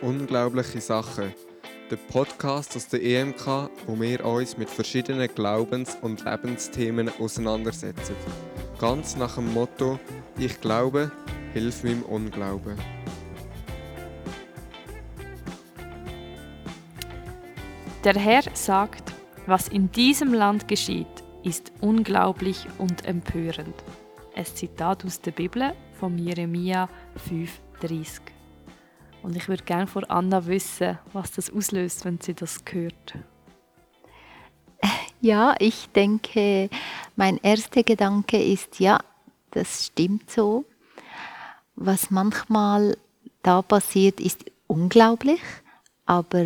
Unglaubliche Sachen. Der Podcast aus der EMK, wo wir uns mit verschiedenen Glaubens- und Lebensthemen auseinandersetzen. Ganz nach dem Motto: Ich glaube, hilf meinem Unglauben. Der Herr sagt, was in diesem Land geschieht, ist unglaublich und empörend. Ein Zitat aus der Bibel von Jeremia 5,30. Und ich würde gerne von Anna wissen, was das auslöst, wenn sie das hört. Ja, ich denke, mein erster Gedanke ist, ja, das stimmt so. Was manchmal da passiert, ist unglaublich, aber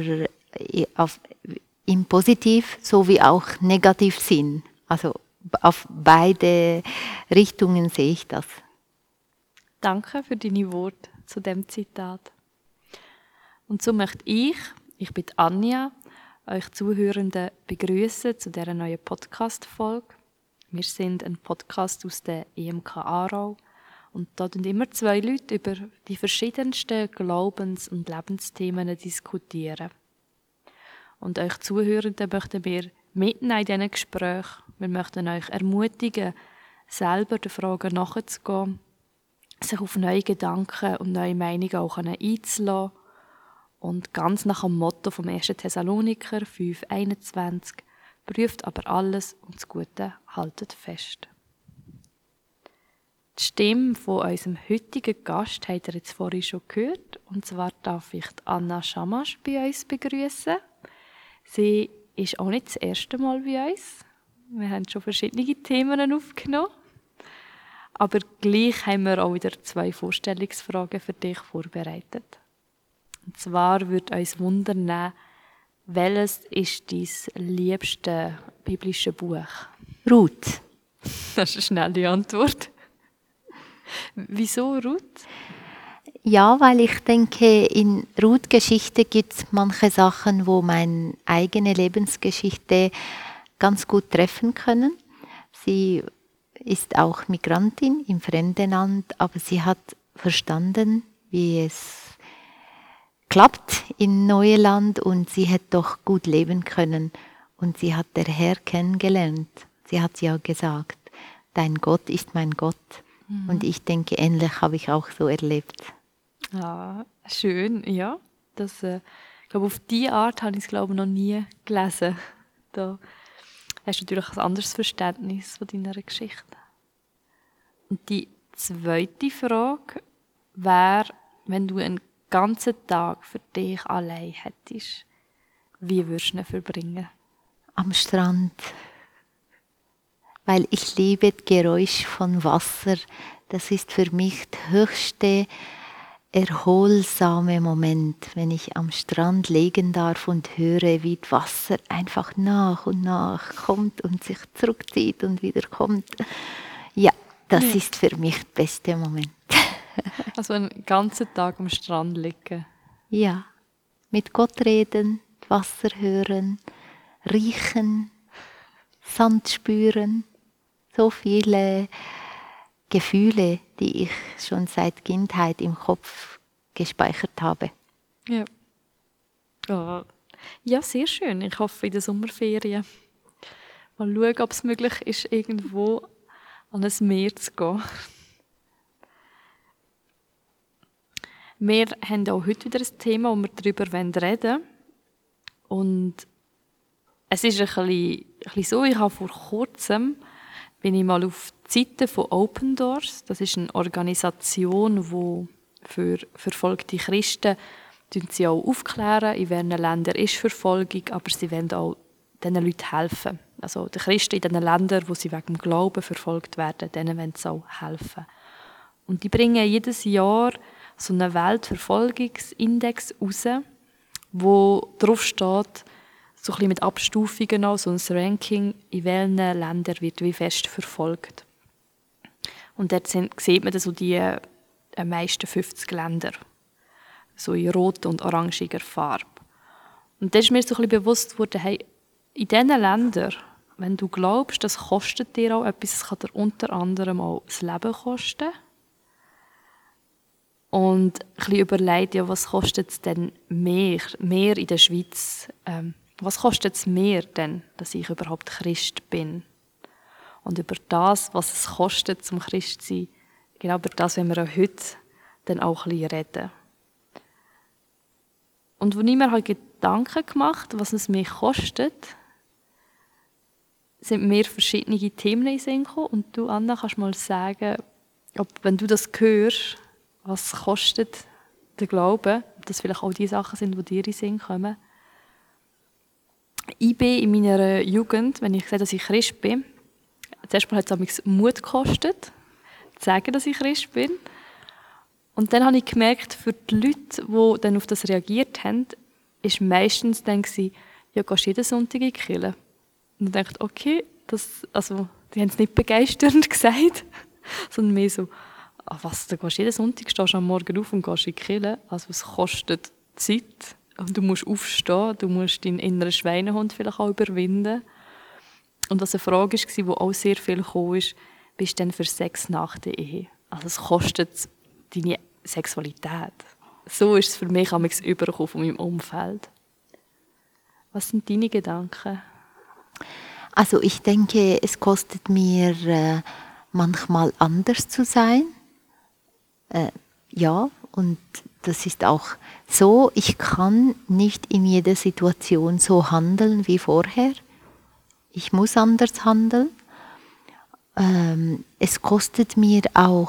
im Positiv sowie auch negativ Sinn. Also auf beide Richtungen sehe ich das. Danke für deine Worte zu dem Zitat. Und so möchte ich bin Anja, euch Zuhörenden begrüßen zu dieser neuen Podcast-Folge. Wir sind ein Podcast aus der EMK Aarau und da diskutieren immer zwei Leute über die verschiedensten Glaubens- und Lebensthemen diskutieren. Und euch Zuhörenden möchten wir mitnehmen in diesen Gesprächen. Wir möchten euch ermutigen, selber den Fragen nachzugehen, sich auf neue Gedanken und neue Meinungen auch einzulassen. Und ganz nach dem Motto vom 1. Thessaloniker 5,21: Prüft aber alles und das Gute haltet fest. Die Stimme von unserem heutigen Gast habt ihr jetzt vorhin schon gehört. Und zwar darf ich Anna Schamasch bei uns begrüßen. Sie ist auch nicht das erste Mal bei uns. Wir haben schon verschiedene Themen aufgenommen. Aber gleich haben wir auch wieder 2 Vorstellungsfragen für dich vorbereitet. Und zwar würde uns wundern, welches ist dein liebste biblische Buch? Ruth. Das ist eine schnelle Antwort. Wieso Ruth? Ja, weil ich denke, in Ruth-Geschichte gibt es manche Sachen, wo meine eigene Lebensgeschichte ganz gut treffen können. Sie ist auch Migrantin im fremden Land, aber sie hat verstanden, wie es klappt im neuen Land und sie hat doch gut leben können. Und sie hat der Herr kennengelernt. Sie hat ja gesagt, dein Gott ist mein Gott. Und ich denke, ähnlich habe ich auch so erlebt. Ah, schön, ja. Das, ich glaube, auf diese Art habe ich es noch nie gelesen. Da hast du natürlich ein anderes Verständnis von deiner Geschichte. Und die zweite Frage wäre, wenn du einen ganzen Tag für dich allein hättest, wie würdest du ihn verbringen? Am Strand. Weil ich liebe das Geräusch von Wasser. Das ist für mich der höchste erholsame Moment, wenn ich am Strand liegen darf und höre, wie das Wasser einfach nach und nach kommt und sich zurückzieht und wieder kommt. Ja, das ist für mich der beste Moment. Also einen ganzen Tag am Strand liegen. Ja, mit Gott reden, Wasser hören, riechen, Sand spüren. So viele Gefühle, die ich schon seit Kindheit im Kopf gespeichert habe. Ja. Oh. Ja, sehr schön. Ich hoffe in der Sommerferien. Mal schauen, ob es möglich ist, irgendwo an ein Meer zu gehen. Wir haben auch heute wieder ein Thema, wo wir darüber reden wollen. Und es ist ein bisschen so, ich habe vor kurzem bin ich mal auf die Seite von Open Doors. Das ist eine Organisation, die für verfolgte Christen sie auch aufklären, in welchen Ländern ist Verfolgung, aber sie wollen auch diesen Leuten helfen. Also den Christen in den Ländern, wo sie wegen dem Glauben verfolgt werden, denen wollen sie auch helfen. Und die bringen jedes Jahr so einen Weltverfolgungsindex raus, wo drauf steht, so ein bisschen mit Abstufungen auch, so ein Ranking, in welchen Ländern wird wie fest verfolgt. Und dort sieht man dann so die meisten 50 Länder, so in roter und orangiger Farbe. Und dann ist mir so ein bisschen bewusst geworden, hey, in diesen Ländern, wenn du glaubst, das kostet dir auch etwas, es kann dir unter anderem auch das Leben kosten. Und ein bisschen überlegt, ja, was kostet es denn mehr in der Schweiz? Was kostet es mehr denn, dass ich überhaupt Christ bin? Und über das, was es kostet, zum Christ zu sein, genau über das wollen wir auch heute dann auch ein bisschen reden. Und als ich mir halt Gedanken gemacht habe, was es mir kostet, sind mir verschiedene Themen in den Sinn gekommen. Und du, Anna, kannst mal sagen, ob, wenn du das hörst, was kostet der Glaube, ob das vielleicht auch die Sachen sind, die dir in den Sinn kommen. Ich bin in meiner Jugend, wenn ich gesagt habe, dass ich Christ bin, zuerst mal hat es mich Mut gekostet, zu sagen, dass ich Christ bin. Und dann habe ich gemerkt, für die Leute, die dann auf das reagiert haben, ist meistens dann gewesen, ja, gehst jeden Sonntag in die Kirche. Und ich dachte, okay, die haben es nicht begeisternd gesagt, sondern mehr so, was, du gehst jeden Sonntag, stehst am Morgen auf und gehst in die Kirche. Also es kostet Zeit. Und du musst aufstehen, du musst deinen inneren Schweinehund vielleicht auch überwinden. Und was eine Frage war, die auch sehr viel kam, ist, bist du denn für Sex nach der Ehe? Also es kostet deine Sexualität. So ist es für mich übergekommen von meinem Umfeld. Was sind deine Gedanken? Also ich denke, es kostet mir manchmal anders zu sein. Ja, und das ist auch so, ich kann nicht in jeder Situation so handeln wie vorher. Ich muss anders handeln. Es kostet mir auch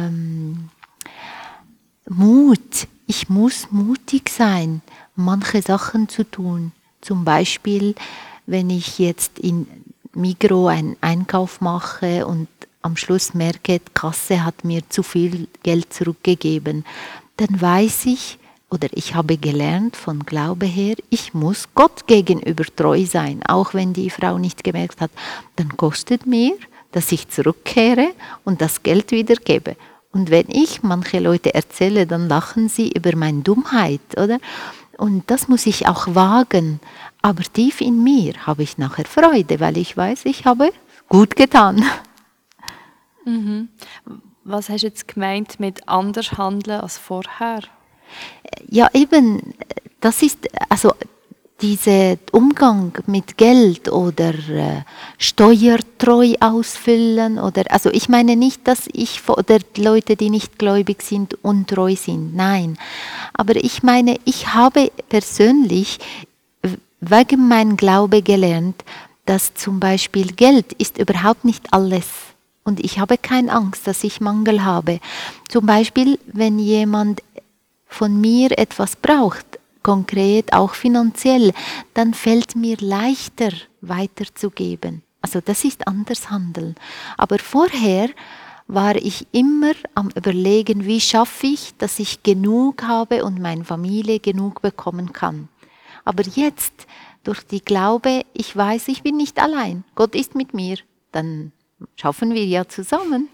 Mut. Ich muss mutig sein, manche Sachen zu tun. Zum Beispiel, wenn ich jetzt in Migros einen Einkauf mache und am Schluss merke, die Kasse hat mir zu viel Geld zurückgegeben, dann weiß ich, oder ich habe gelernt von Glaube her, ich muss Gott gegenüber treu sein, auch wenn die Frau nicht gemerkt hat, dann kostet mir, dass ich zurückkehre und das Geld wiedergebe. Und wenn ich manche Leute erzähle, dann lachen sie über meine Dummheit, oder? Und das muss ich auch wagen. Aber tief in mir habe ich nachher Freude, weil ich weiß, ich habe gut getan. Mhm. Was hast du jetzt gemeint mit anders handeln als vorher? Ja, eben, das ist, also dieser Umgang mit Geld oder steuertreu ausfüllen oder, also ich meine nicht, dass ich oder Leute, die nicht gläubig sind, untreu sind, nein. Aber ich meine, ich habe persönlich wegen meinem Glaube gelernt, dass zum Beispiel Geld ist überhaupt nicht alles. Und ich habe keine Angst, dass ich Mangel habe. Zum Beispiel, wenn jemand von mir etwas braucht, konkret auch finanziell, dann fällt mir leichter weiterzugeben. Also das ist anders handeln. Aber vorher war ich immer am Überlegen, wie schaffe ich, dass ich genug habe und meine Familie genug bekommen kann. Aber jetzt, durch die Glaube, ich weiß, ich bin nicht allein. Gott ist mit mir. Dann schaffen wir ja zusammen.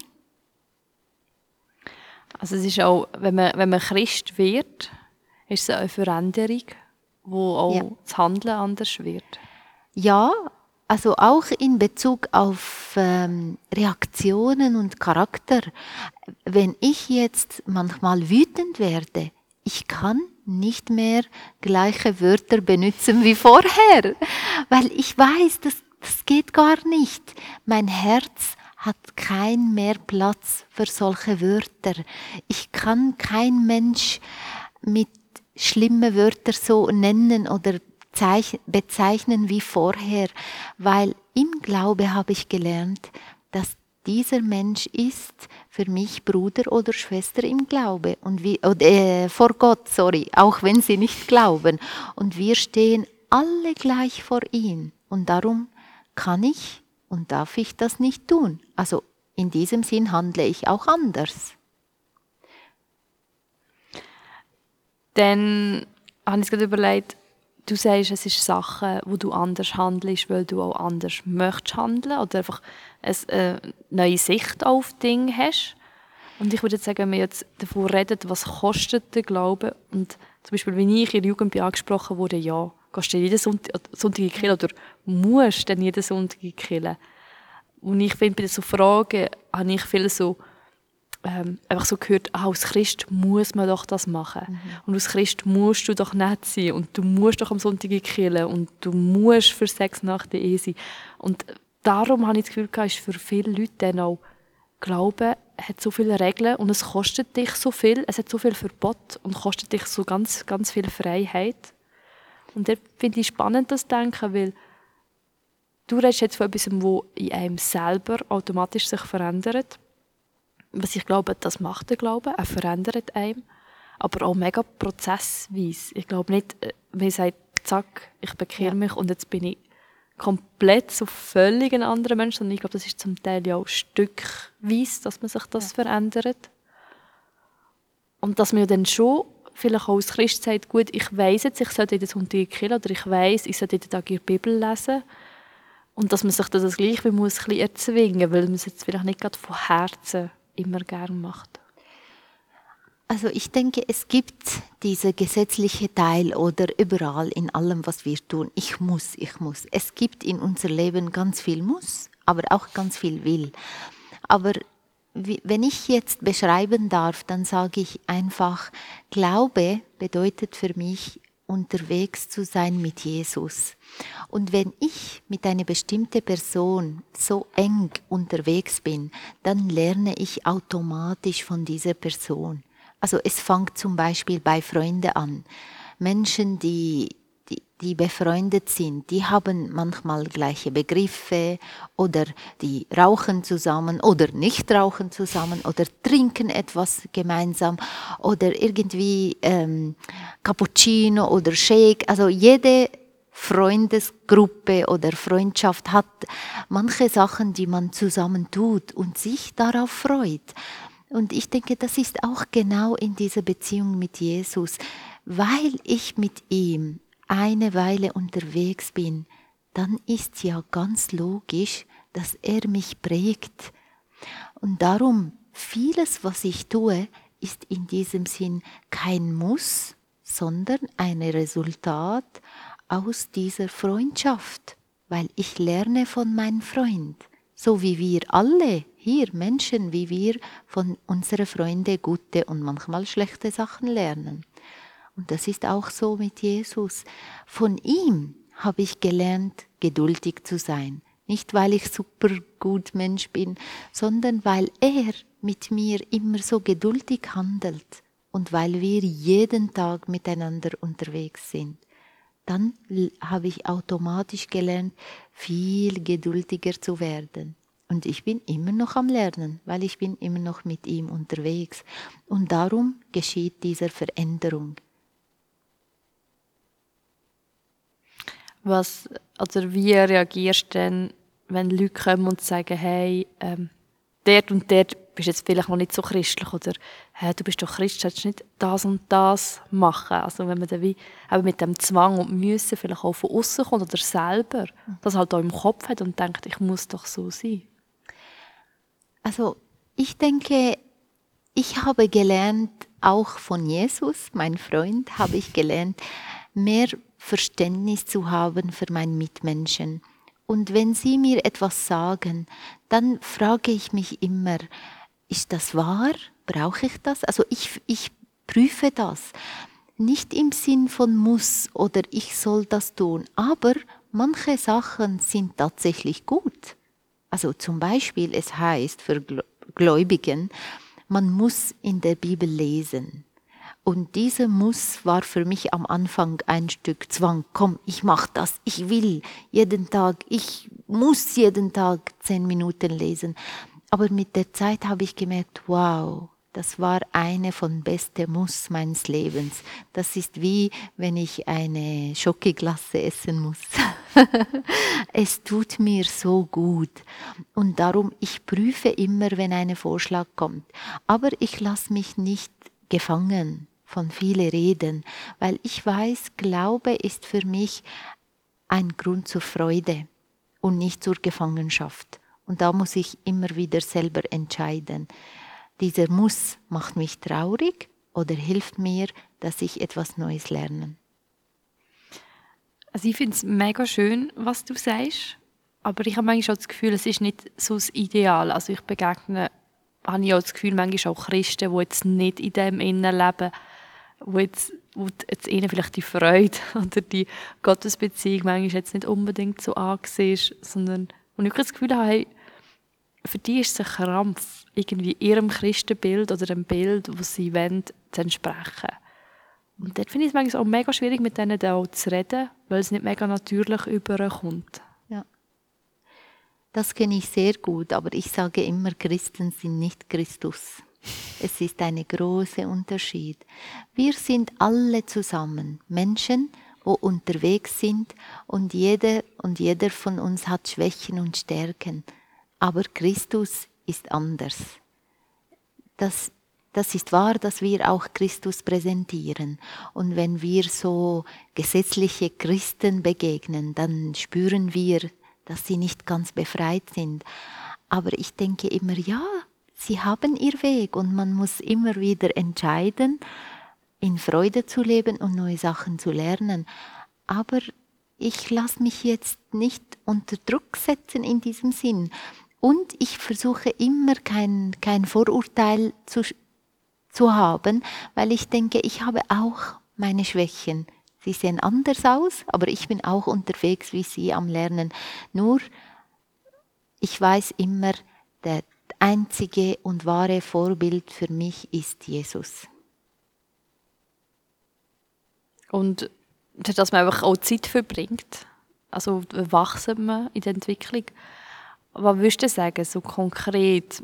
Also es ist auch, wenn man Christ wird, ist es eine Veränderung, wo auch das Handeln anders wird. Ja, also auch in Bezug auf Reaktionen und Charakter. Wenn ich jetzt manchmal wütend werde, ich kann nicht mehr gleiche Wörter benutzen wie vorher, weil ich weiß, das geht gar nicht. Mein Herz hat kein mehr Platz für solche Wörter. Ich kann kein Mensch mit schlimmen Wörtern so nennen oder bezeichnen wie vorher, weil im Glaube habe ich gelernt, dass dieser Mensch ist für mich Bruder oder Schwester im Glaube und vor Gott, auch wenn sie nicht glauben. Und wir stehen alle gleich vor ihm. Und darum kann ich und darf ich das nicht tun. Also in diesem Sinn handle ich auch anders. Dann habe ich gerade überlegt, du sagst, es sind Sachen, wo du anders handelst, weil du auch anders möchtest handeln oder einfach eine neue Sicht auf Dinge hast. Und ich würde jetzt sagen, wenn wir jetzt davon reden, was kostet der Glaube, und zum Beispiel, wenn ich in der Jugend angesprochen wurde, ja, gehst du jeden Sonntag in die Kirche oder musst du jeden Sonntag in die Kirche? Und ich finde, bei so Fragen habe ich viel so einfach so gehört, als Christ muss man doch das machen. Und als Christ musst du doch nett sein und du musst doch am Sonntag in die Kirche und du musst für 6 nach der Ehe sein. Und darum habe ich das Gefühl, ist für viele Leute dann auch Glauben hat so viele Regeln und es kostet dich so viel, es hat so viel Verbot und kostet dich so ganz, ganz viel Freiheit. Und dort finde ich spannend, das Denken, weil du redest jetzt von etwas, das in einem selber automatisch sich verändert. Was ich glaube, das macht der Glaube, er verändert einem, aber auch mega prozessweise. Ich glaube nicht, man sagt, zack, ich bekehre mich und jetzt bin ich komplett so völlig ein anderer Mensch, sondern ich glaube, das ist zum Teil ja auch stückweise, dass man sich das verändert. Und dass man ja dann schon vielleicht auch als Christ sagt, gut, ich weiss jetzt, ich sollte in den Sonntag killen oder ich weiss, ich sollte jeden Tag in der Bibel lesen. Und dass man sich das gleich wie muss ein bisschen erzwingen, weil man es jetzt vielleicht nicht gerade von Herzen immer gerne macht. Also ich denke, es gibt diese gesetzliche Teil oder überall in allem, was wir tun. Ich muss. Es gibt in unser Leben ganz viel muss, aber auch ganz viel will. Aber wenn ich jetzt beschreiben darf, dann sage ich einfach, Glaube bedeutet für mich, unterwegs zu sein mit Jesus. Und wenn ich mit einer bestimmten Person so eng unterwegs bin, dann lerne ich automatisch von dieser Person. Also es fängt zum Beispiel bei Freunden an. Menschen, die befreundet sind, die haben manchmal gleiche Begriffe oder die rauchen zusammen oder nicht rauchen zusammen oder trinken etwas gemeinsam oder irgendwie Cappuccino oder Shake. Also jede Freundesgruppe oder Freundschaft hat manche Sachen, die man zusammen tut und sich darauf freut. Und ich denke, das ist auch genau in dieser Beziehung mit Jesus, weil ich mit ihm eine Weile unterwegs bin, dann ist ja ganz logisch, dass er mich prägt. Und darum, vieles, was ich tue, ist in diesem Sinn kein Muss, sondern ein Resultat aus dieser Freundschaft, weil ich lerne von meinem Freund, so wie wir alle hier Menschen, wie wir von unseren Freunden gute und manchmal schlechte Sachen lernen. Und das ist auch so mit Jesus. Von ihm habe ich gelernt, geduldig zu sein. Nicht, weil ich super gut Mensch bin, sondern weil er mit mir immer so geduldig handelt und weil wir jeden Tag miteinander unterwegs sind. Dann habe ich automatisch gelernt, viel geduldiger zu werden. Und ich bin immer noch am Lernen, weil ich bin immer noch mit ihm unterwegs. Und darum geschieht diese Veränderung. Wie reagierst du denn, wenn Leute kommen und sagen, hey, dort und dort bist du jetzt vielleicht noch nicht so christlich oder hey, du bist doch Christ, solltest nicht das und das machen. Also wenn man dann wie mit dem Zwang und Müssen vielleicht auch von außen kommt oder selber das halt auch im Kopf hat und denkt, ich muss doch so sein. Also ich denke, ich habe gelernt, auch von Jesus, mein Freund, habe ich gelernt, mehr Verständnis zu haben für meinen Mitmenschen. Und wenn sie mir etwas sagen, dann frage ich mich immer, ist das wahr? Brauche ich das? Also ich prüfe das. Nicht im Sinn von muss oder ich soll das tun, aber manche Sachen sind tatsächlich gut. Also zum Beispiel, es heißt für Gläubigen, man muss in der Bibel lesen. Und dieser Muss war für mich am Anfang ein Stück Zwang. Komm, ich mache das, ich will jeden Tag, ich muss jeden Tag 10 Minuten lesen. Aber mit der Zeit habe ich gemerkt, wow, das war eine von besten Muss meines Lebens. Das ist wie, wenn ich eine Schokoglasse essen muss. Es tut mir so gut. Und darum, ich prüfe immer, wenn ein Vorschlag kommt. Aber ich lasse mich nicht gefangen von vielen Reden, weil ich weiß, Glaube ist für mich ein Grund zur Freude und nicht zur Gefangenschaft. Und da muss ich immer wieder selber entscheiden. Dieser Muss macht mich traurig oder hilft mir, dass ich etwas Neues lerne. Also ich finde es mega schön, was du sagst, aber ich habe manchmal schon das Gefühl, es ist nicht so das Ideal. Also ich begegne habe ich auch das Gefühl, manchmal auch Christen, die jetzt nicht in dem Innen leben, wo jetzt ihnen vielleicht die Freude oder die Gottesbeziehung manchmal jetzt nicht unbedingt so angesehen ist, sondern wo ich das Gefühl habe, hey, für die ist es ein Krampf, irgendwie ihrem Christenbild oder dem Bild, das sie wollen, zu entsprechen. Und dort finde ich es manchmal auch mega schwierig, mit denen auch zu reden, weil es nicht mega natürlich überkommt. Ja. Das kenne ich sehr gut, aber ich sage immer, Christen sind nicht Christus. Es ist ein großer Unterschied. Wir sind alle zusammen Menschen, die unterwegs sind und jeder von uns hat Schwächen und Stärken. Aber Christus ist anders. Das ist wahr, dass wir auch Christus präsentieren. Und wenn wir so gesetzliche Christen begegnen, dann spüren wir, dass sie nicht ganz befreit sind. Aber ich denke immer, ja, sie haben ihr Weg und man muss immer wieder entscheiden, in Freude zu leben und neue Sachen zu lernen. Aber ich lasse mich jetzt nicht unter Druck setzen in diesem Sinn. Und ich versuche immer kein Vorurteil zu haben, weil ich denke, ich habe auch meine Schwächen. Sie sehen anders aus, aber ich bin auch unterwegs wie Sie am Lernen. Nur, ich weiß immer, der einzige und wahre Vorbild für mich ist Jesus. Und dass man einfach auch Zeit verbringt, also wachsen wir in der Entwicklung. Was würdest du sagen, so konkret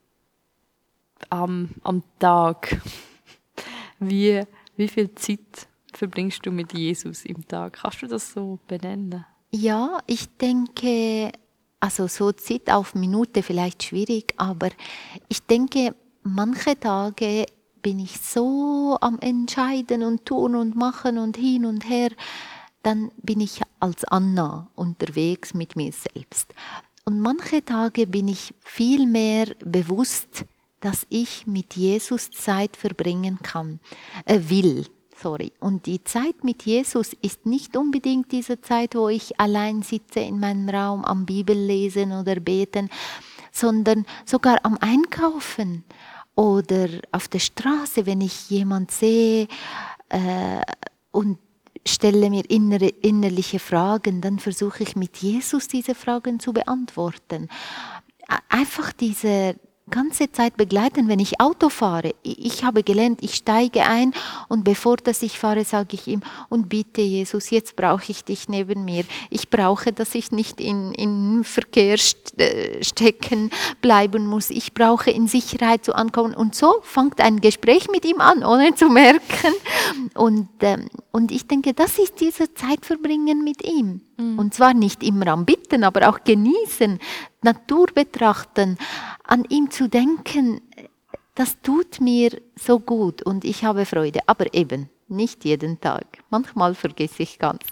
am Tag? Wie viel Zeit verbringst du mit Jesus im Tag? Kannst du das so benennen? Ja, ich denke, also so Zeit auf Minute vielleicht schwierig, aber ich denke, manche Tage bin ich so am Entscheiden und tun und machen und hin und her, dann bin ich als Anna unterwegs mit mir selbst. Und manche Tage bin ich viel mehr bewusst, dass ich mit Jesus Zeit verbringen will. Und die Zeit mit Jesus ist nicht unbedingt diese Zeit, wo ich allein sitze in meinem Raum am Bibel lesen oder beten, sondern sogar am Einkaufen oder auf der Straße, wenn ich jemanden sehe und stelle mir innerliche Fragen, dann versuche ich mit Jesus diese Fragen zu beantworten. Einfach diese ganze Zeit begleiten, wenn ich Auto fahre. Ich habe gelernt, ich steige ein und bevor dass ich fahre, sage ich ihm, und bitte Jesus, jetzt brauche ich dich neben mir. Ich brauche, dass ich nicht in Verkehr stecken bleiben muss. Ich brauche in Sicherheit zu ankommen. Und so fängt ein Gespräch mit ihm an, ohne zu merken. Und ich denke, das ist diese Zeitverbringen mit ihm. Und zwar nicht immer am Bitten, aber auch genießen, Natur betrachten, an ihm zu denken, das tut mir so gut und ich habe Freude. Aber eben, nicht jeden Tag. Manchmal vergesse ich ganz.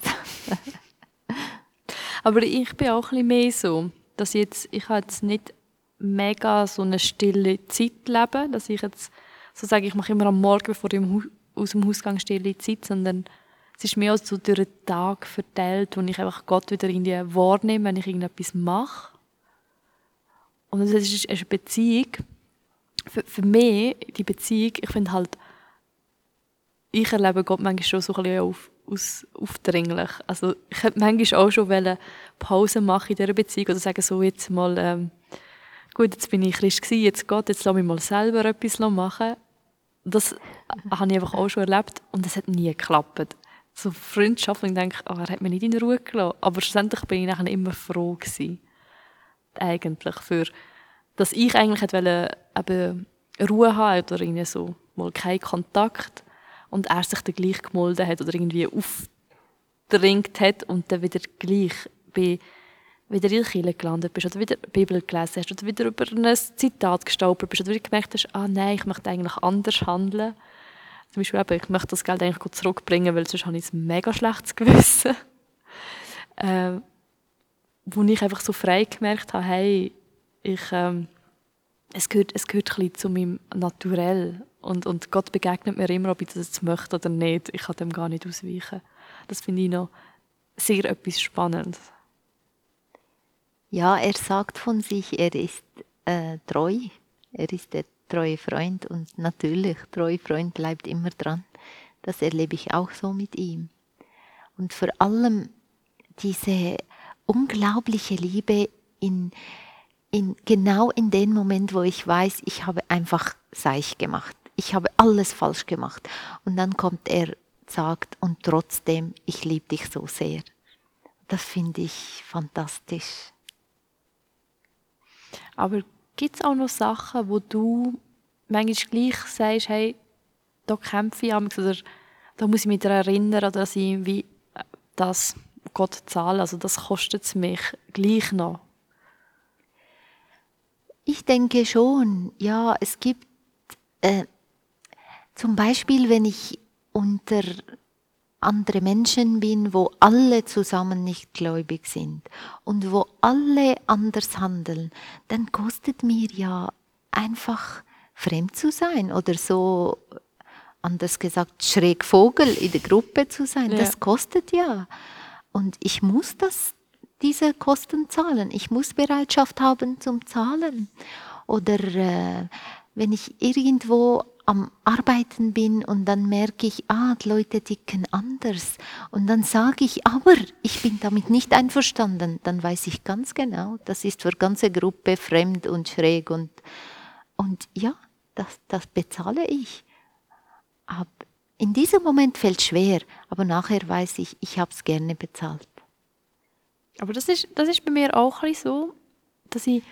Aber ich bin auch ein bisschen mehr so, dass ich habe jetzt nicht mega so eine stille Zeit leben, dass ich jetzt so sage, ich mache immer am Morgen, bevor ich aus dem Haus gehe, stille Zeit, sondern es ist mehr so durch den Tag verteilt, wo ich einfach Gott wieder irgendwie wahrnehme, wenn ich irgendetwas mache. Und es ist eine Beziehung, für mich, die Beziehung, ich finde halt, ich erlebe Gott manchmal schon so ein bisschen aufdringlich. Also ich hätte manchmal auch schon Pause machen in dieser Beziehung oder sagen, so jetzt mal, gut, jetzt bin ich Christ gewesen, jetzt Gott, jetzt lasse ich mal selber etwas machen. Das habe ich einfach auch schon erlebt und es hat nie geklappt. So Freundschaft, und ich denke, er hat mich nicht in Ruhe gelassen. Aber schlussendlich bin ich nachher immer froh gewesen. Eigentlich dass ich eigentlich wollte, eben Ruhe haben oder irgendwie so mal keinen Kontakt und er sich dann gleich gemolden hat oder irgendwie aufgedrängt hat und dann wieder gleich wieder in der Kirche gelandet bist oder wieder die Bibel gelesen hast oder wieder über ein Zitat gestolpert bist oder wieder gemerkt hast, nein, ich möchte eigentlich anders handeln. Zum Beispiel eben, ich möchte das Geld eigentlich zurückbringen, weil sonst habe ich ein mega schlechtes Gewissen. Wo ich einfach so frei gemerkt habe, hey, es gehört ein bisschen zu meinem Naturell. Und Gott begegnet mir immer, ob ich das jetzt möchte oder nicht. Ich kann dem gar nicht ausweichen. Das finde ich noch sehr etwas Spannendes. Ja, er sagt von sich, er ist treu. Er ist der treue Freund und natürlich, treue Freund bleibt immer dran. Das erlebe ich auch so mit ihm. Und vor allem diese unglaubliche Liebe genau in dem Moment, wo ich weiß, ich habe einfach seich gemacht. Ich habe alles falsch gemacht. Und dann kommt er, sagt, und trotzdem, ich liebe dich so sehr. Das finde ich fantastisch. Aber gibt es auch noch Sachen, wo du manchmal gleich sagst, hey, da kämpfe ich amigs, oder da muss ich mich daran erinnern, dass ich irgendwie das Gott zahle, also das kostet es mich gleich noch? Ich denke schon, ja, es gibt zum Beispiel, wenn ich unter andere Menschen bin, wo alle zusammen nicht gläubig sind und wo alle anders handeln, dann kostet mir ja einfach fremd zu sein oder so, anders gesagt, schräg Vogel in der Gruppe zu sein. Ja. Das kostet ja. Und ich muss diese Kosten zahlen. Ich muss Bereitschaft haben zum Zahlen. Oder wenn ich irgendwo am Arbeiten bin und dann merke ich, die Leute ticken anders. Und dann sage ich, aber ich bin damit nicht einverstanden. Dann weiß ich ganz genau, das ist für die ganze Gruppe fremd und schräg. Und ja, das bezahle ich. Aber in diesem Moment fällt es schwer, aber nachher weiß ich, ich habe es gerne bezahlt. Aber das ist bei mir auch ein bisschen so, dass ich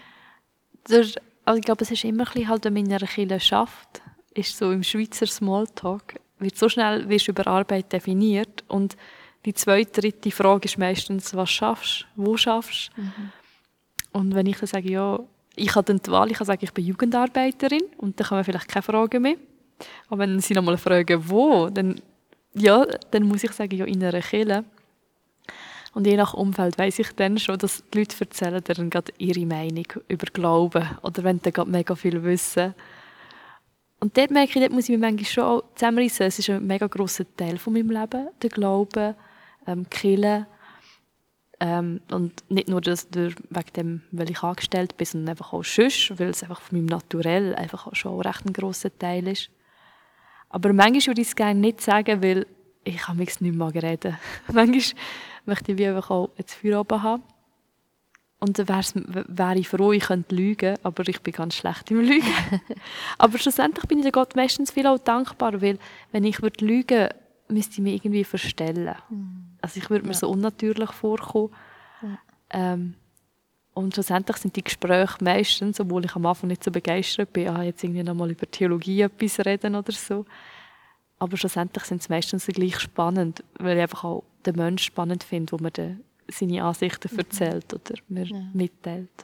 glaube, es ist immer ein bisschen halt an meiner Kirchenschaft, ist so im Schweizer Smalltalk, wird so schnell wirst über Arbeit definiert und die zweite, dritte Frage ist meistens, was schaffst du, wo schaffst du? Mhm. Und wenn ich dann sage, ja, ich habe dann die Wahl, ich kann sagen, ich bin Jugendarbeiterin und dann kommen vielleicht keine Fragen mehr. Aber wenn sie nochmal fragen, wo, dann muss ich sagen, ja, in einer Kirche. Und je nach Umfeld weiss ich dann schon, dass die Leute erzählen dann gerade ihre Meinung über Glauben oder wenn sie gerade mega viel wissen. Und dort merke ich, dort muss ich mich manchmal schon auch zusammenreissen. Es ist ein mega grosser Teil von meinem Leben, der Glaube, die Kirche. Und nicht nur wegen dem, weil ich angestellt bin, sondern einfach auch sonst, weil es einfach von meinem Naturell einfach auch schon recht ein grosser Teil ist. Aber manchmal würde ich es gerne nicht sagen, weil ich kann mich nicht mehr reden. Manchmal möchte ich wie einfach auch jetzt Feierabend haben. Und dann wäre ich froh, ich könnte lügen, aber ich bin ganz schlecht im Lügen. Aber schlussendlich bin ich der Gott meistens viel auch dankbar, weil wenn ich lügen würde, müsste ich mich irgendwie verstellen. Also ich würde mir so unnatürlich vorkommen. Ja. Und schlussendlich sind die Gespräche meistens, obwohl ich am Anfang nicht so begeistert bin, jetzt irgendwie nochmal über Theologie etwas reden oder so. Aber schlussendlich sind es meistens gleich spannend, weil ich einfach auch den Menschen spannend finde, wo man seine Ansichten erzählt oder mir mitteilt.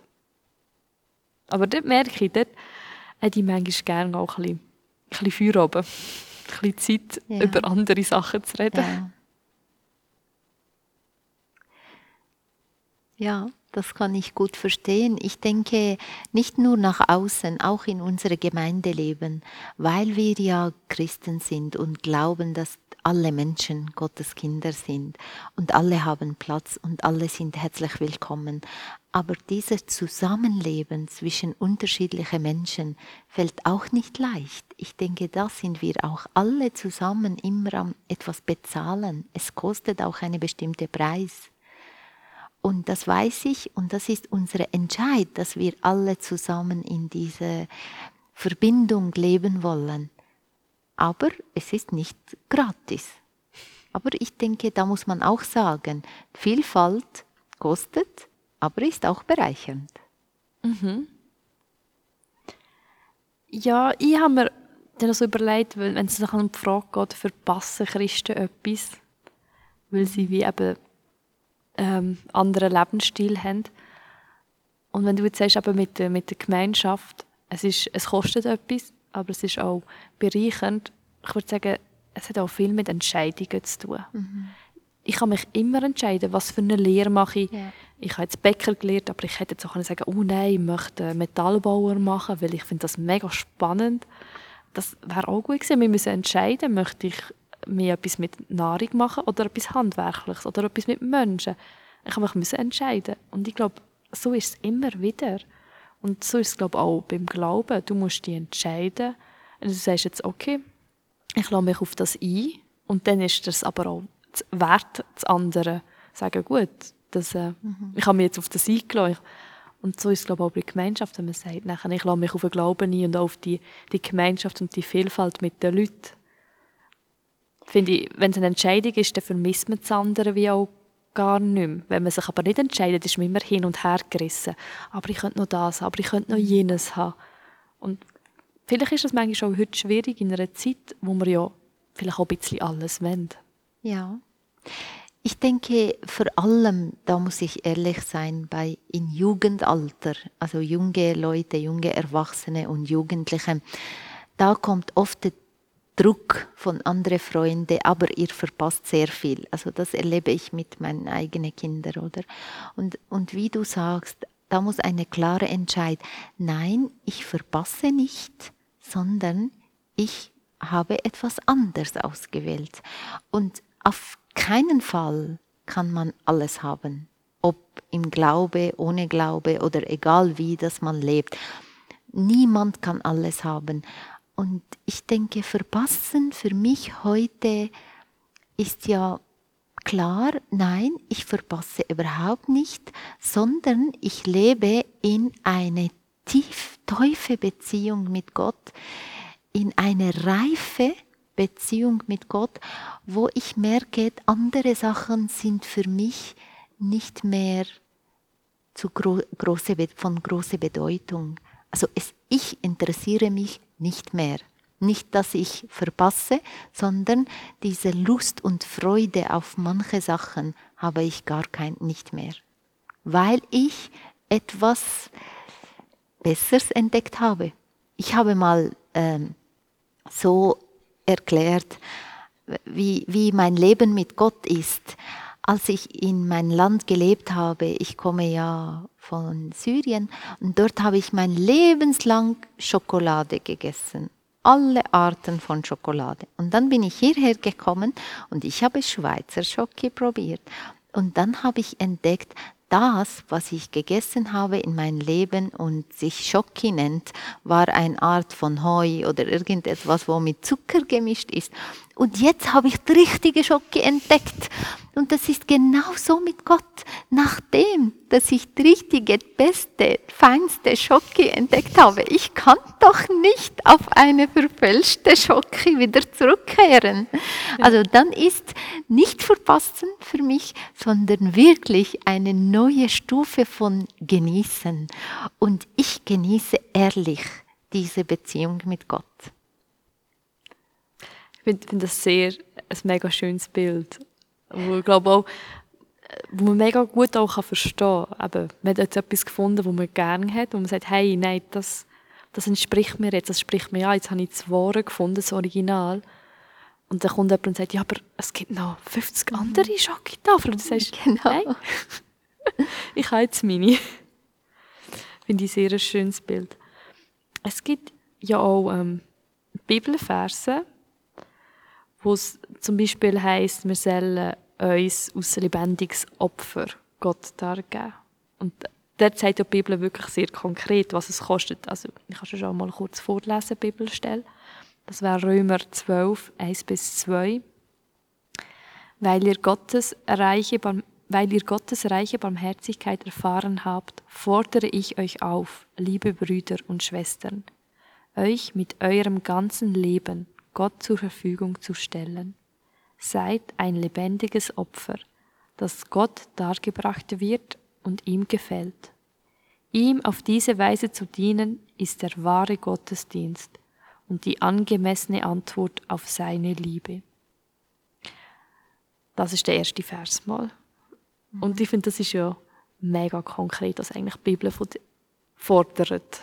Aber dort merke ich, dort hätte ich manchmal gerne auch ein bisschen Feierabend, ein bisschen Zeit, über andere Sachen zu reden. Ja, das kann ich gut verstehen. Ich denke, nicht nur nach außen, auch in unserem Gemeindeleben, weil wir ja Christen sind und glauben, dass alle Menschen Gottes Kinder sind und alle haben Platz und alle sind herzlich willkommen. Aber dieses Zusammenleben zwischen unterschiedlichen Menschen fällt auch nicht leicht. Ich denke, da sind wir auch alle zusammen immer am etwas bezahlen. Es kostet auch einen bestimmten Preis. Und das weiß ich und das ist unser Entscheid, dass wir alle zusammen in dieser Verbindung leben wollen. Aber es ist nicht gratis. Aber ich denke, da muss man auch sagen, Vielfalt kostet, aber ist auch bereichernd. Mhm. Ja, ich habe mir dann so überlegt, wenn es nach um die Frage geht, verpassen Christen etwas, weil sie wie eben anderen Lebensstil haben. Und wenn du jetzt sagst, eben mit der Gemeinschaft, es kostet etwas, aber es ist auch bereichernd. Ich würde sagen, es hat auch viel mit Entscheidungen zu tun. Mhm. Ich kann mich immer entscheiden, was für eine Lehre mache ich. Ja. Ich habe jetzt Bäcker gelernt, aber ich hätte jetzt auch sagen können, oh nein, ich möchte Metallbauer machen, weil ich finde das mega spannend. Das wäre auch gut gewesen. Wir müssen entscheiden, möchte ich mir etwas mit Nahrung machen oder etwas Handwerkliches oder etwas mit Menschen. Ich musste mich entscheiden. Und ich glaube, so ist es immer wieder. Und so ist es, glaube ich, auch beim Glauben. Du musst dich entscheiden. Und du sagst jetzt, okay, ich lasse mich auf das ein. Und dann ist das aber auch wert, das andere sagen, gut, ich habe mich jetzt auf das eingelassen. Und so ist es, glaube ich, auch bei der Gemeinschaft, wenn man sagt, nachher, ich lasse mich auf den Glauben ein und auch auf die Gemeinschaft und die Vielfalt mit den Leuten. Finde ich, wenn es eine Entscheidung ist, dann vermisst man das andere wie auch gar nicht mehr. Wenn man sich aber nicht entscheidet, ist man immer hin und her gerissen. Aber ich könnte noch das haben, aber ich könnte noch jenes haben. Und vielleicht ist das manchmal auch heute schwierig in einer Zeit, wo wir ja vielleicht auch ein bisschen alles wollen. Ja. Ich denke, vor allem, da muss ich ehrlich sein, im Jugendalter, also junge Leute, junge Erwachsene und Jugendliche, da kommt oft der Druck von anderen Freunden, aber ihr verpasst sehr viel. Also das erlebe ich mit meinen eigenen Kindern, oder? Und wie du sagst, da muss eine klare Entscheidung. Nein, ich verpasse nicht, sondern ich habe etwas anderes ausgewählt. Und auf keinen Fall kann man alles haben, ob im Glaube, ohne Glaube oder egal wie, dass man lebt. Niemand kann alles haben. Und ich denke, verpassen für mich heute ist ja klar, nein, ich verpasse überhaupt nicht, sondern ich lebe in eine tiefe Beziehung mit Gott, in eine reife Beziehung mit Gott, wo ich merke, andere Sachen sind für mich nicht mehr von großer Bedeutung. Also ich interessiere mich nicht mehr. Nicht, dass ich verpasse, sondern diese Lust und Freude auf manche Sachen habe ich nicht mehr. Weil ich etwas Besseres entdeckt habe. Ich habe mal so erklärt, wie mein Leben mit Gott ist. Als ich in mein Land gelebt habe, ich komme ja von Syrien, und dort habe ich mein lebenslang Schokolade gegessen. Alle Arten von Schokolade. Und dann bin ich hierher gekommen und ich habe Schweizer Schoki probiert. Und dann habe ich entdeckt, das, was ich gegessen habe in meinem Leben und sich Schoki nennt, war eine Art von Heu oder irgendetwas, wo mit Zucker gemischt ist. Und jetzt habe ich die richtige Schoki entdeckt. Und das ist genau so mit Gott. Nachdem, dass ich die richtige, beste, feinste Schoki entdeckt habe, ich kann doch nicht auf eine verfälschte Schoki wieder zurückkehren. Also dann ist nicht verpassen für mich, sondern wirklich eine neue Stufe von Genießen. Und ich genieße ehrlich diese Beziehung mit Gott. Ich finde das ein mega schönes Bild. Wo ich glaube auch, wo man mega gut auch verstehen kann. Eben, man hat jetzt etwas gefunden, das man gerne hat, wo man sagt, hey, nein, das entspricht mir jetzt, das spricht mir an, jetzt habe ich das Wahre gefunden, das Original. Und dann kommt jemand und sagt, ja, aber es gibt noch 50 andere Schokotafeln. Und du sagst, genau. Nein, ich habe jetzt meine. Finde ich sehr ein schönes Bild. Es gibt ja auch Bibelverse, wo es zum Beispiel heisst, wir sollen uns als lebendiges Opfer Gott dargeben. Und dort sagt die Bibel wirklich sehr konkret, was es kostet. Also, ich kann schon mal kurz vorlesen, Bibelstelle. Das wäre Römer 12, 1-2. Weil ihr Gottes reiche Barmherzigkeit erfahren habt, fordere ich euch auf, liebe Brüder und Schwestern, euch mit eurem ganzen Leben Gott zur Verfügung zu stellen. Seid ein lebendiges Opfer, das Gott dargebracht wird und ihm gefällt. Ihm auf diese Weise zu dienen, ist der wahre Gottesdienst und die angemessene Antwort auf seine Liebe. Das ist der erste Vers mal. Und ich finde, das ist ja mega konkret, was eigentlich die Bibel fordert.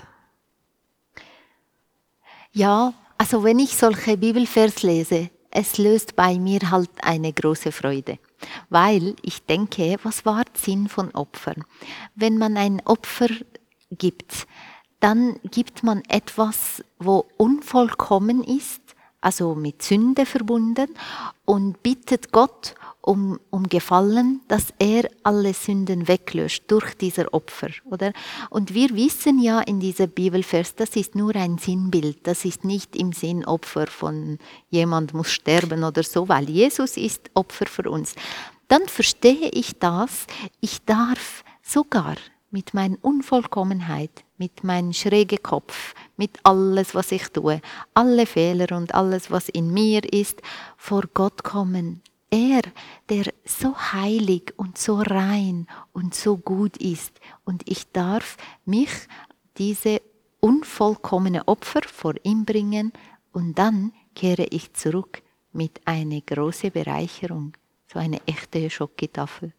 Ja, also wenn ich solche Bibelvers lese, es löst bei mir halt eine große Freude. Weil ich denke, was war der Sinn von Opfern? Wenn man ein Opfer gibt, dann gibt man etwas, wo unvollkommen ist, also mit Sünde verbunden, und bittet Gott Gefallen, dass er alle Sünden weglöscht durch dieser Opfer, oder? Und wir wissen ja in dieser Bibelvers, das ist nur ein Sinnbild, das ist nicht im Sinn Opfer von jemand muss sterben oder so, weil Jesus ist Opfer für uns. Dann verstehe ich das, ich darf sogar mit meiner Unvollkommenheit, mit meinem schrägen Kopf, mit alles, was ich tue, alle Fehler und alles, was in mir ist, vor Gott kommen. Er, der so heilig und so rein und so gut ist. Und ich darf mich, diese unvollkommene Opfer, vor ihm bringen und dann kehre ich zurück mit einer großen Bereicherung. So eine echte Schokotafel.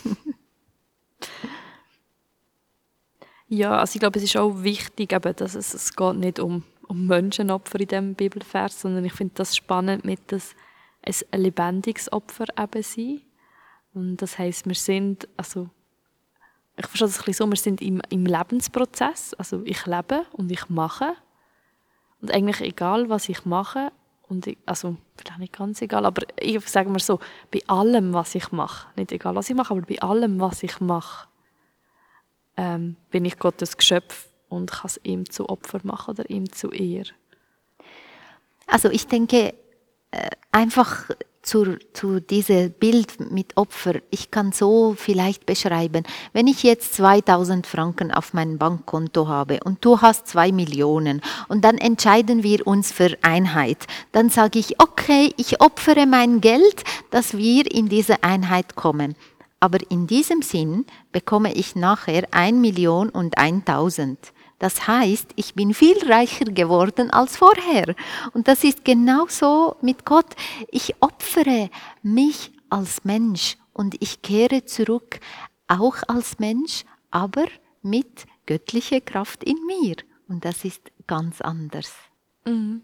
Ja, also ich glaube, es ist auch wichtig, eben, dass es geht nicht um Menschenopfer in diesem Bibelvers, sondern ich finde das spannend, mit dass es ein lebendiges Opfer eben sein. Und das heisst, wir sind, also ich verstehe das ein bisschen so, wir sind im Lebensprozess, also ich lebe und ich mache. Und eigentlich egal, was ich mache, und ich, also vielleicht nicht ganz egal, aber ich sage mal so, bei allem, was ich mache, nicht egal, was ich mache, aber bei allem, was ich mache, bin ich Gottes Geschöpf und kann es ihm zu Opfer machen oder ihm zu Ehre. Also ich denke, einfach zu diesem Bild mit Opfer, ich kann so vielleicht beschreiben, wenn ich jetzt 2000 Franken auf meinem Bankkonto habe und du hast 2 Millionen und dann entscheiden wir uns für Einheit, dann sage ich, okay, ich opfere mein Geld, dass wir in diese Einheit kommen. Aber in diesem Sinn bekomme ich nachher 1.000.001. Das heißt, ich bin viel reicher geworden als vorher. Und das ist genauso mit Gott. Ich opfere mich als Mensch und ich kehre zurück, auch als Mensch, aber mit göttlicher Kraft in mir. Und das ist ganz anders. Mhm.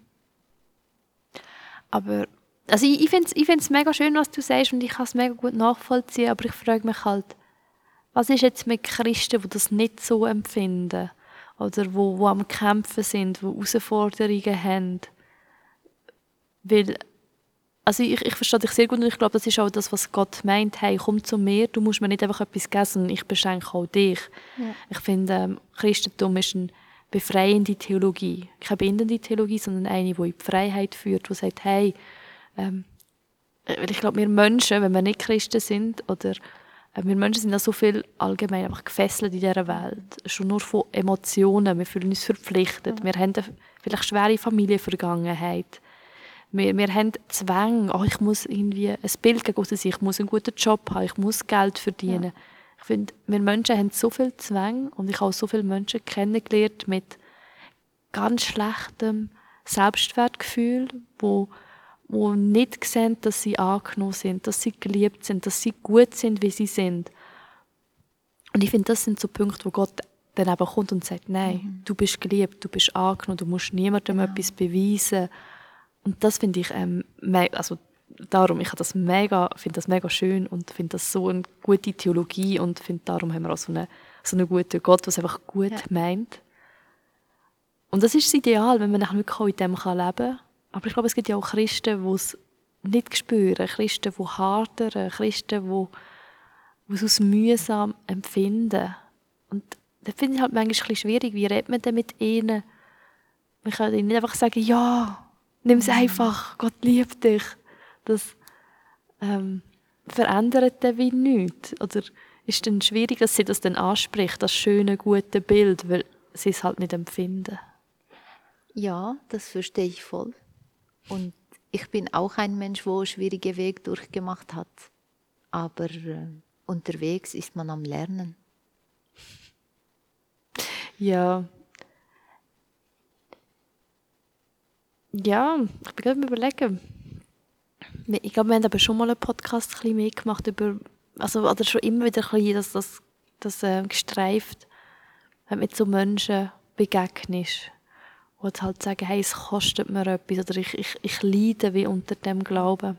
Aber also ich finde es mega schön, was du sagst und ich kann es mega gut nachvollziehen, aber ich frage mich halt, was ist jetzt mit Christen, die das nicht so empfinden oder wo am Kämpfen sind, die Herausforderungen haben? Weil, also ich verstehe dich sehr gut und ich glaube, das ist auch das, was Gott meint, hey, komm zu mir, du musst mir nicht einfach etwas geben, sondern ich beschenke auch dich. Ja. Ich finde, Christentum ist eine befreiende Theologie, keine bindende Theologie, sondern eine, die in die Freiheit führt, die sagt, hey, ich glaube, wir Menschen, wenn wir nicht Christen sind, oder wir Menschen sind auch so viel allgemein einfach gefesselt in dieser Welt. Schon nur von Emotionen, wir fühlen uns verpflichtet, wir haben eine vielleicht schwere Familienvergangenheit. Wir haben Zwänge, ich muss irgendwie ein Bild gegen aussen sein, ich muss einen guten Job haben, ich muss Geld verdienen. Ja. Ich finde, wir Menschen haben so viel Zwänge und ich habe auch so viele Menschen kennengelernt mit ganz schlechtem Selbstwertgefühl, wo nicht sehen, dass sie angenommen sind, dass sie geliebt sind, dass sie gut sind, wie sie sind. Und ich finde, das sind so Punkte, wo Gott dann eben kommt und sagt, nein, du bist geliebt, du bist angenommen, du musst niemandem etwas beweisen. Und das finde ich, also darum, ich finde das mega schön und finde das so eine gute Theologie und finde, darum haben wir auch so einen guten Gott, der es einfach gut meint. Und das ist das Ideal, wenn man wirklich auch in dem leben kann. Aber ich glaube, es gibt ja auch Christen, die es nicht spüren, Christen, die hadern, Christen, die es als mühsam empfinden. Und das finde ich halt manchmal ein bisschen schwierig. Wie redet man denn mit ihnen? Man kann ihnen nicht einfach sagen, ja, nimm es einfach, Gott liebt dich. Das verändert dann wie nichts. Oder ist es dann schwierig, dass sie das dann anspricht, das schöne, gute Bild, weil sie es halt nicht empfinden? Ja, das verstehe ich voll. Und ich bin auch ein Mensch, der einen schwierigen Weg durchgemacht hat. Aber unterwegs ist man am Lernen. Ja. Ja, ich bin gerade am Überlegen. Ich glaube, wir haben aber schon mal einen Podcast ein bisschen mehr gemacht über, also oder schon immer wieder ein bisschen das gestreift, wenn du mit so Menschen begegnest. Und halt sagen, hey, es kostet mir etwas, oder ich leide wie unter dem Glauben.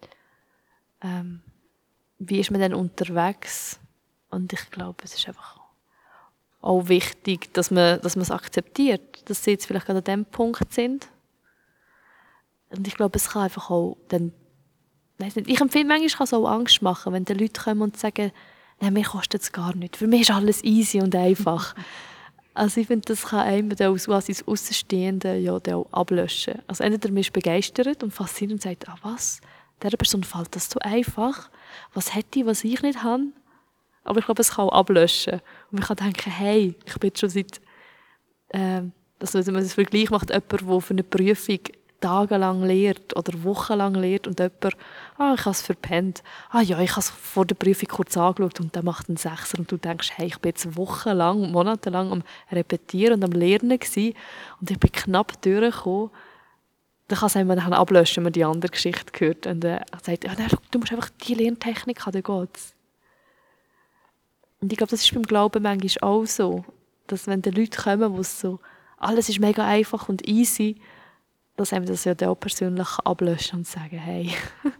Wie ist man denn unterwegs? Und ich glaube, es ist einfach auch wichtig, dass man es akzeptiert, dass sie jetzt vielleicht gerade an dem Punkt sind. Und ich glaube, es kann einfach auch dann weiss nicht, ich empfinde, manchmal kann es auch Angst machen, wenn die Leute kommen und sagen, nein, mir kostet es gar nichts. Für mich ist alles easy und einfach. Also ich finde, das kann einem als Außenstehende ja auch ablöschen. Also entweder man ist begeistert und fasziniert und sagt, was? Dieser Person fällt das so einfach. Was hat die, was ich nicht habe? Aber ich glaube, es kann auch ablöschen. Und man kann denken, hey, ich bin jetzt schon seit, also wenn man das Vergleich macht, jemand, der für eine Prüfung tagelang lehrt oder wochenlang lehrt und jemand, ich habe es verpennt. Ja, ich habe es vor der Prüfung kurz angeschaut und der macht einen Sechser und du denkst, hey, ich bin jetzt wochenlang, monatelang am Repetieren und am Lernen gewesen und ich bin knapp durchgekommen. Dann kann es einem dann ablöschen, wenn man die andere Geschichte hört und sagt, nein, du musst einfach die Lerntechnik haben, dann geht's. Und ich glaube, das ist beim Glauben manchmal auch so, dass wenn die Leute kommen, wo es so, alles ist mega einfach und easy, dass einem das ja auch persönlich ablöschen und sagen, hey.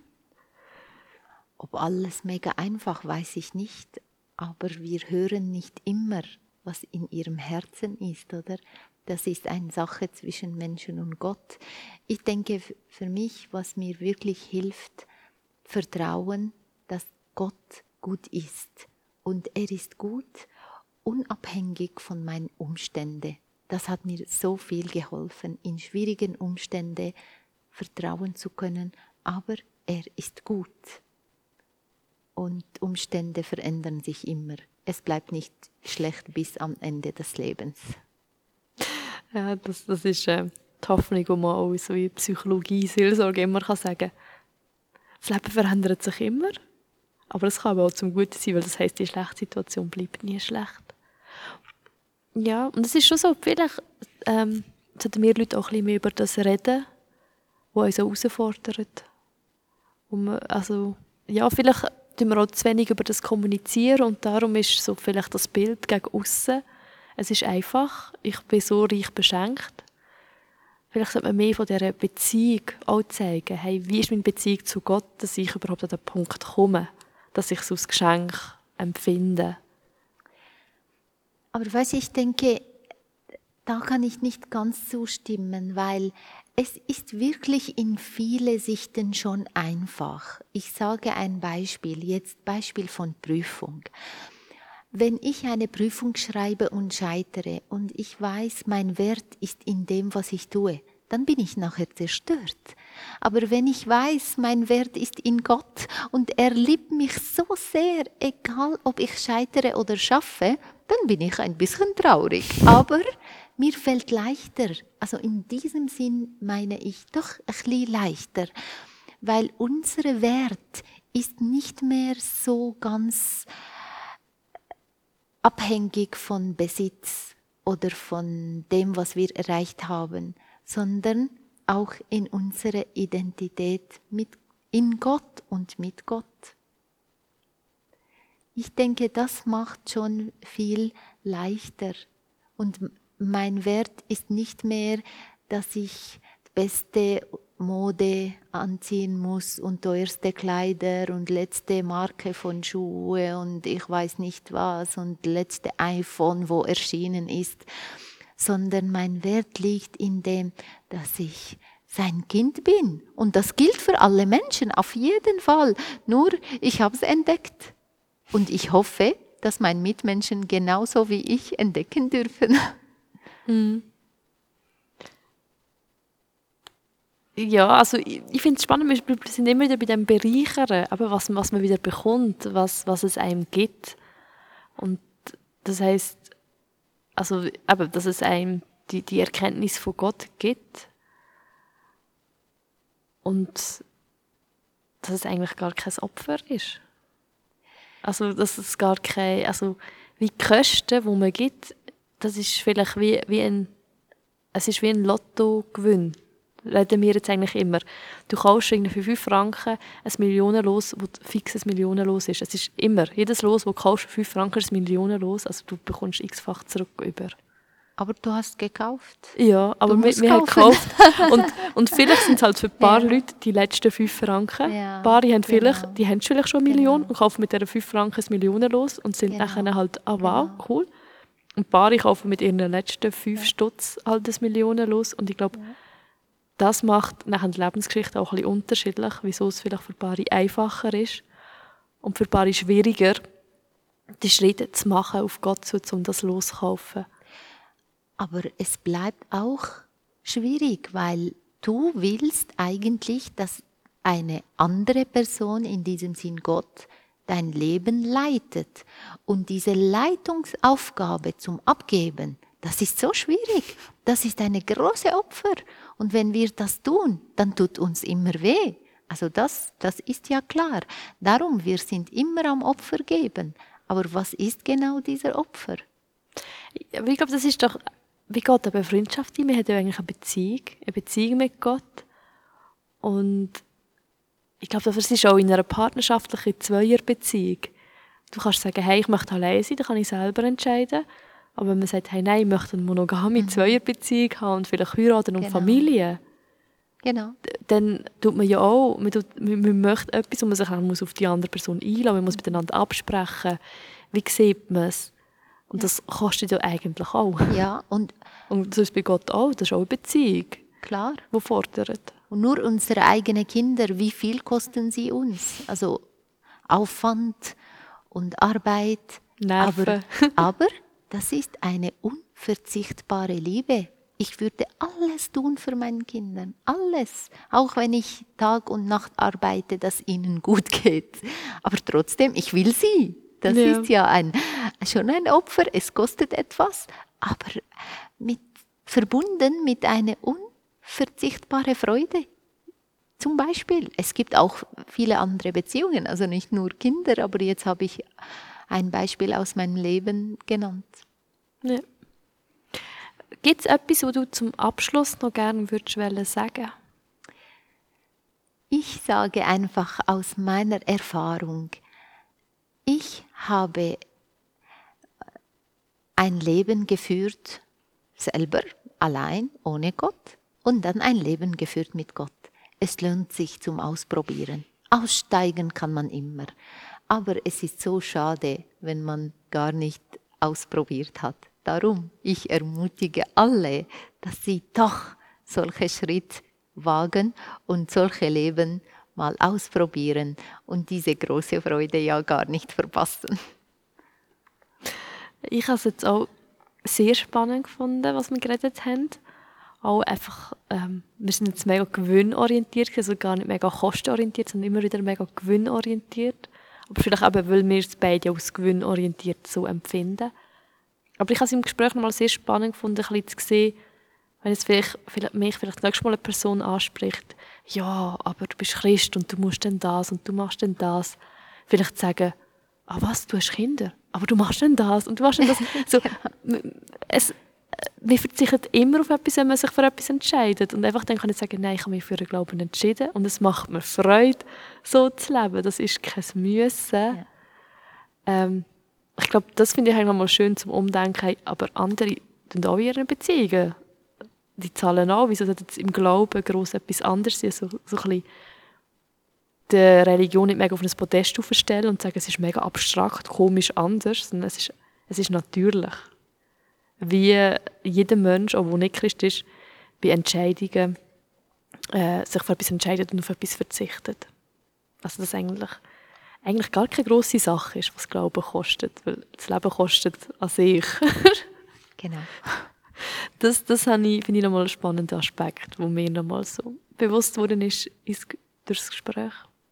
Ob alles mega einfach, weiß ich nicht, aber wir hören nicht immer, was in ihrem Herzen ist, oder? Das ist eine Sache zwischen Menschen und Gott. Ich denke, für mich, was mir wirklich hilft, Vertrauen, dass Gott gut ist. Und er ist gut, unabhängig von meinen Umständen. Das hat mir so viel geholfen, in schwierigen Umständen vertrauen zu können, aber er ist gut. Und Umstände verändern sich immer. Es bleibt nicht schlecht bis am Ende des Lebens. Ja, das ist die Hoffnung, die man auch so in Psychologie, Seelsorge immer sagen kann. Das Leben verändert sich immer, aber es kann aber auch zum Guten sein, weil das heisst, die schlechte Situation bleibt nie schlecht. Ja, und es ist schon so, vielleicht sollten wir Leute auch ein bisschen mehr über das reden, was uns auch herausfordert. Vielleicht tun wir auch zu wenig über das kommunizieren und darum ist so vielleicht das Bild gegen aussen. Es ist einfach, ich bin so reich beschenkt. Vielleicht sollte man mehr von dieser Beziehung auch zeigen. Hey, wie ist meine Beziehung zu Gott, dass ich überhaupt an den Punkt komme, dass ich es als Geschenk empfinde. Aber ich denke, da kann ich nicht ganz zustimmen, weil es ist wirklich in viele Sichten schon einfach. Ich sage ein Beispiel, jetzt Beispiel von Prüfung. Wenn ich eine Prüfung schreibe und scheitere und ich weiß, mein Wert ist in dem, was ich tue, dann bin ich nachher zerstört. Aber wenn ich weiß, mein Wert ist in Gott und er liebt mich so sehr, egal ob ich scheitere oder schaffe, dann bin ich ein bisschen traurig. Aber mir fällt leichter, also in diesem Sinn meine ich doch ein bisschen leichter, weil unser Wert ist nicht mehr so ganz abhängig von Besitz oder von dem, was wir erreicht haben, sondern auch in unserer Identität in Gott und mit Gott. Ich denke, das macht schon viel leichter. Und mein Wert ist nicht mehr, dass ich die beste Mode anziehen muss und teuerste Kleider und letzte Marke von Schuhe und ich weiß nicht was und letzte iPhone, wo erschienen ist, sondern mein Wert liegt in dem, dass ich sein Kind bin. Und das gilt für alle Menschen, auf jeden Fall. Nur, ich habe es entdeckt. Und ich hoffe, dass meine Mitmenschen genauso wie ich entdecken dürfen. Mhm. Ja, also ich finde es spannend, wir sind immer wieder bei dem Bereichern, aber was man wieder bekommt, was es einem gibt. Und das heisst, also eben, dass es einem die Erkenntnis von Gott gibt und dass es eigentlich gar kein Opfer ist. Also dass es gar kein, also wie die Kosten, die man gibt, das ist vielleicht es ist wie ein Lottogewinn. Reden wir jetzt eigentlich immer. Du kaufst für 5 Franken ein Millionenlos, das fix ein Millionenlos ist. Es ist immer, jedes Los, das du kaufst für 5 Franken, ist ein Millionenlos. Also du bekommst x-fach zurück über. Aber du hast gekauft. Ja, aber wir haben gekauft. Und vielleicht sind es halt für ein paar Leute die letzten 5 Franken. Ja, ein paar die haben vielleicht schon eine Million und kaufen mit diesen 5 Franken ein Millionenlos und sind nachher halt, wow, cool. Und ein paar kaufen mit ihren letzten 5 Stutz halt ein Millionenlos. Und ich glaube, das macht nachher die Lebensgeschichte auch ein bisschen unterschiedlich, wieso es vielleicht für Paare einfacher ist und für Paare schwieriger, die Schritte zu machen auf Gott zu, um das loszukaufen. Aber es bleibt auch schwierig, weil du willst eigentlich, dass eine andere Person, in diesem Sinn Gott, dein Leben leitet. Und diese Leitungsaufgabe zum Abgeben, das ist so schwierig. Das ist eine große Opfer. Und wenn wir das tun, dann tut uns immer weh. Also das ist ja klar. Darum, wir sind immer am Opfer geben. Aber was ist genau dieser Opfer? Aber ich glaube, das ist doch, wie geht eine Freundschaft ein? Wir haben ja eigentlich eine Beziehung mit Gott. Und ich glaube, das ist auch in einer partnerschaftlichen Zweierbeziehung. Du kannst sagen, hey, ich möchte allein sein, dann kann ich selber entscheiden. Aber wenn man sagt, hey, nein, ich möchte eine monogame Zweierbeziehung haben und vielleicht heiraten und Familie, Genau. dann tut man ja auch, man möchte etwas und man sich muss auf die andere Person einladen, man muss miteinander absprechen. Wie sieht man es? Und das kostet ja eigentlich auch. Ja, und so ist es bei Gott auch, das ist auch eine Beziehung, klar. die fordert. Und nur unsere eigenen Kinder, wie viel kosten sie uns? Also Aufwand und Arbeit. Nerven. Aber das ist eine unverzichtbare Liebe. Ich würde alles tun für meine Kinder. Alles. Auch wenn ich Tag und Nacht arbeite, dass ihnen gut geht. Aber trotzdem, ich will sie. Das ist ja schon ein Opfer. Es kostet etwas. Aber verbunden mit einer unverzichtbaren Freude. Zum Beispiel. Es gibt auch viele andere Beziehungen. Also nicht nur Kinder. Aber jetzt habe ich ein Beispiel aus meinem Leben genannt. Ja. Gibt es etwas, was du zum Abschluss noch gerne würdest sagen? Ich sage einfach aus meiner Erfahrung, ich habe ein Leben geführt, selber, allein, ohne Gott, und dann ein Leben geführt mit Gott. Es lohnt sich zum Ausprobieren. Aussteigen kann man immer. Aber es ist so schade, wenn man gar nicht ausprobiert hat. Darum, ich ermutige alle, dass sie doch solche Schritte wagen und solche Leben mal ausprobieren und diese große Freude ja gar nicht verpassen. Ich habe es jetzt auch sehr spannend gefunden, was wir geredet haben. Auch einfach, wir sind jetzt mega gewinnorientiert, also gar nicht mega kostenorientiert, sondern immer wieder mega gewinnorientiert. Aber vielleicht eben, weil wir es beide als gewinnorientiert so empfinden. Aber ich habe es im Gespräch nochmal sehr spannend gefunden, ein bisschen zu sehen, wenn jetzt mich vielleicht das nächste Mal eine Person anspricht, ja, aber du bist Christ und du musst dann das und du machst dann das. Vielleicht sagen, was, du hast Kinder, aber du machst dann das und du machst dann das. So, wir verzichten immer auf etwas, wenn man sich für etwas entscheidet. Und einfach dann kann ich sagen, nein, ich habe mich für den Glauben entschieden und es macht mir Freude, so zu leben. Das ist kein Müssen. Ja. Ich glaube, das finde ich eigentlich mal schön zum Umdenken. Aber andere tun auch ihre Beziehungen. Die zahlen auch. Wieso sollte jetzt im Glauben gross etwas anderes sein? So ein bisschen die Religion nicht mega auf ein Podest aufstellen und sagen, es ist mega abstrakt, komisch, anders. Sondern es ist natürlich. Wie jeder Mensch, auch der nicht Christ ist, bei Entscheidungen sich für etwas entscheidet und auf etwas verzichtet. Also das eigentlich gar keine grosse Sache ist, was Glauben kostet, weil das Leben kostet an sich. Genau. Das finde ich nochmal einen spannenden Aspekt, der mir nochmal so bewusst worden ist durch das Gespräch.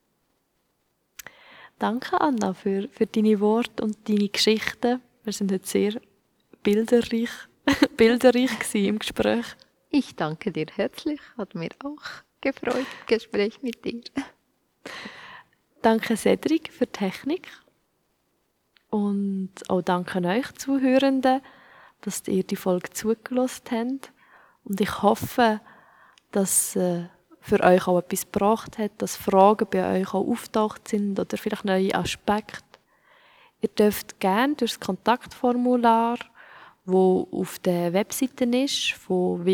Danke, Anna, für deine Worte und deine Geschichten. Wir sind heute sehr bilderreich im Gespräch. Ich danke dir herzlich, hat mir auch gefreut, Gespräch mit dir. Danke Cedric für die Technik und auch danke euch Zuhörenden, dass ihr die Folge zugelassen habt. Und ich hoffe, dass für euch auch etwas gebracht hat, dass Fragen bei euch auch auftaucht sind oder vielleicht neue Aspekte. Ihr dürft gerne durch das Kontaktformular, das auf der Webseite ist, von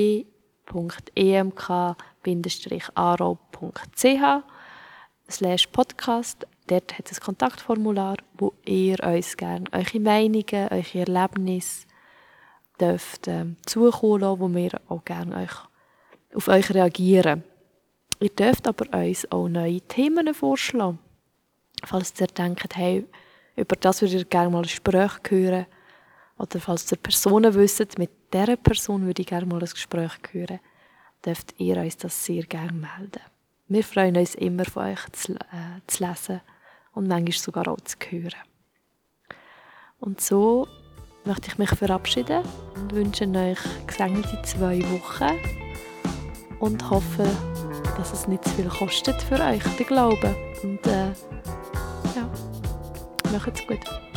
www.emk-aro.ch/podcast. Dort hat es ein Kontaktformular, wo ihr uns gerne eure Meinungen, eure Erlebnisse dürft zukommen lassen, wo wir auch gerne euch auf euch reagieren. Ihr dürft aber uns auch neue Themen vorschlagen. Falls ihr denkt, hey, über das würde ihr gerne mal ein Gespräch hören. Oder falls ihr Personen wisst, mit dieser Person würde ich gerne mal ein Gespräch hören, dürft ihr uns das sehr gerne melden. Wir freuen uns immer, von euch zu lesen und manchmal sogar auch zu hören. Und so möchte ich mich verabschieden und wünsche euch gesegnete 2 Wochen und hoffe, dass es nicht zu viel kostet für euch, den Glauben. Und macht's gut.